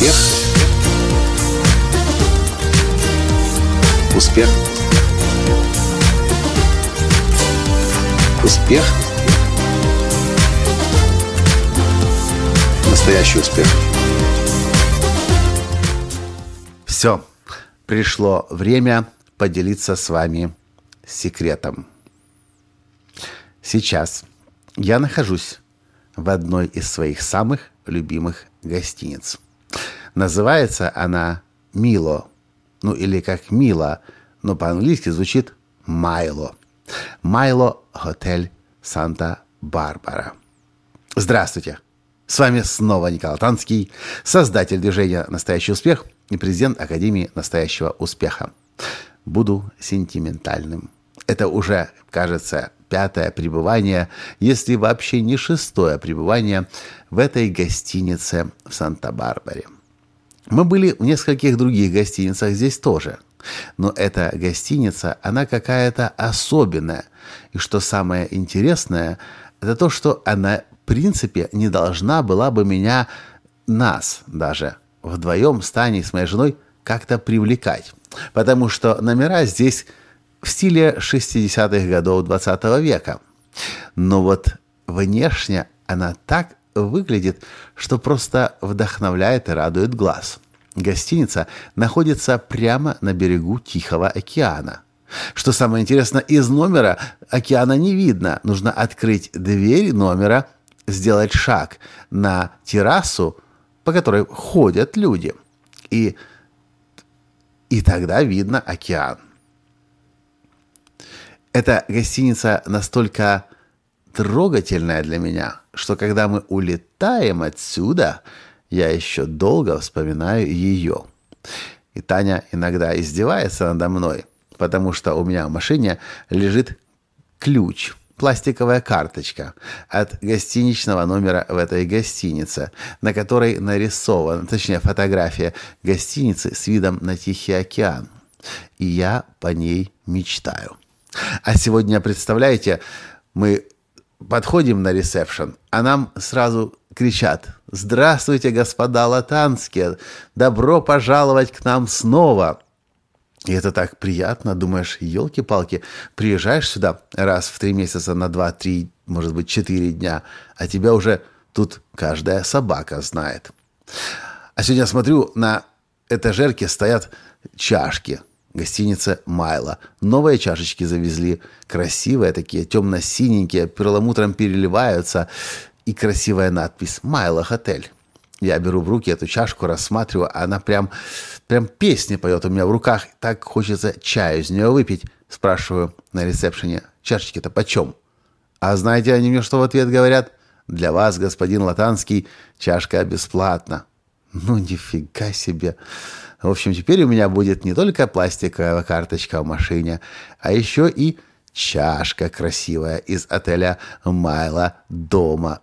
Успех. Успех. Успех. Настоящий успех. Все, пришло время поделиться с вами секретом. Сейчас я нахожусь в одной из своих самых любимых гостиниц. Называется она «Мило», или как «Мило», но по-английски звучит «Майло». «Майло Хотель Санта-Барбара». Здравствуйте! С вами снова Николай Латанский, создатель движения «Настоящий успех» и президент Академии настоящего успеха. Буду сентиментальным. Это уже, кажется, 5-е пребывание, если вообще не 6-е пребывание в этой гостинице в Санта-Барбаре. Мы были в нескольких других гостиницах здесь тоже. Но эта гостиница, она какая-то особенная. И что самое интересное, это то, что она, в принципе, не должна была бы нас даже вдвоем с Таней, с моей женой, как-то привлекать. Потому что номера здесь в стиле 60-х годов 20 века. Но вот внешне она так выглядит, что просто вдохновляет и радует глаз. Гостиница находится прямо на берегу Тихого океана. Что самое интересное, из номера океана не видно. Нужно открыть дверь номера, сделать шаг на террасу, по которой ходят люди. И тогда видно океан. Эта гостиница настолько трогательная для меня, что когда мы улетаем отсюда, я еще долго вспоминаю ее. И Таня иногда издевается надо мной, потому что у меня в машине лежит ключ, пластиковая карточка от гостиничного номера в этой гостинице, на которой нарисована, точнее, фотография гостиницы с видом на Тихий океан. И я по ней мечтаю. А сегодня, представляете, мы подходим на ресепшн, а нам сразу кричат: «Здравствуйте, господа латанские! Добро пожаловать к нам снова!» И это так приятно, думаешь, елки-палки, приезжаешь сюда раз в 3 месяца на 2-3, может быть, 4 дня, а тебя уже тут каждая собака знает. А сегодня смотрю, на этажерке стоят чашки. Гостиница «Майло». Новые чашечки завезли, красивые такие, темно-синенькие, перламутром переливаются, и красивая надпись «Майло Хотель». Я беру в руки эту чашку, рассматриваю, а она прям песни поет у меня в руках. Так хочется чаю из нее выпить. Спрашиваю на ресепшене: чашечки-то почем? А знаете они мне, что в ответ говорят? Для вас, господин Латанский, чашка бесплатна. Ну, нифига себе. В общем, теперь у меня будет не только пластиковая карточка в машине, а еще и чашка красивая из отеля «Майло» дома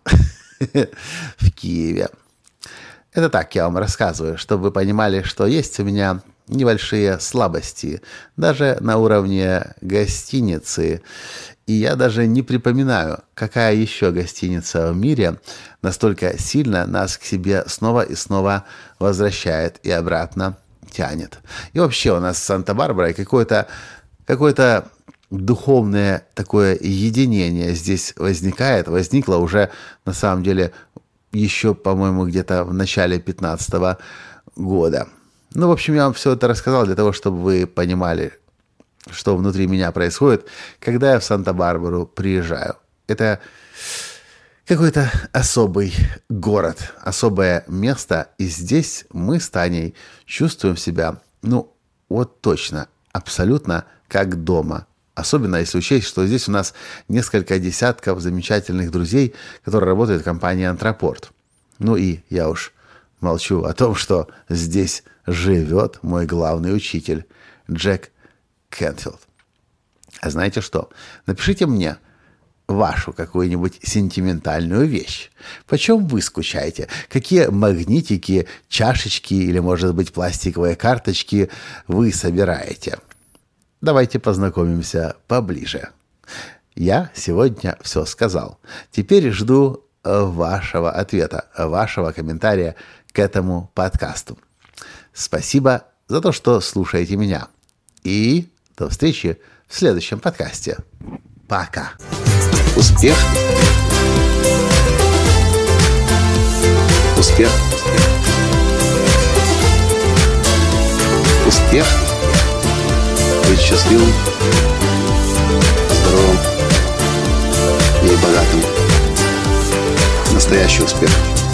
в Киеве. Это так я вам рассказываю, чтобы вы понимали, что есть у меня небольшие слабости, даже на уровне гостиницы. И я даже не припоминаю, какая еще гостиница в мире настолько сильно нас к себе снова и снова возвращает и обратно тянет. И вообще у нас с Санта-Барбарой какое-то духовное такое единение здесь возникло уже, на самом деле, еще, по-моему, где-то в начале 15-го года. В общем, я вам все это рассказал для того, чтобы вы понимали, что внутри меня происходит, когда я в Санта-Барбару приезжаю. Это какой-то особый город, особое место, и здесь мы с Таней чувствуем себя, вот точно, абсолютно как дома. Особенно если учесть, что здесь у нас несколько десятков замечательных друзей, которые работают в компании «Антропорт». И я уж молчу о том, что здесь живет мой главный учитель Джек Кенфилд. А знаете что? Напишите мне вашу какую-нибудь сентиментальную вещь. Почем вы скучаете? Какие магнитики, чашечки или, может быть, пластиковые карточки вы собираете? Давайте познакомимся поближе. Я сегодня все сказал. Теперь жду вашего ответа, вашего комментария, к этому подкасту. Спасибо за то, что слушаете меня. И до встречи в следующем подкасте. Пока. Успех. Успех. Успех. Быть счастливым, здоровым и богатым. Настоящий успех.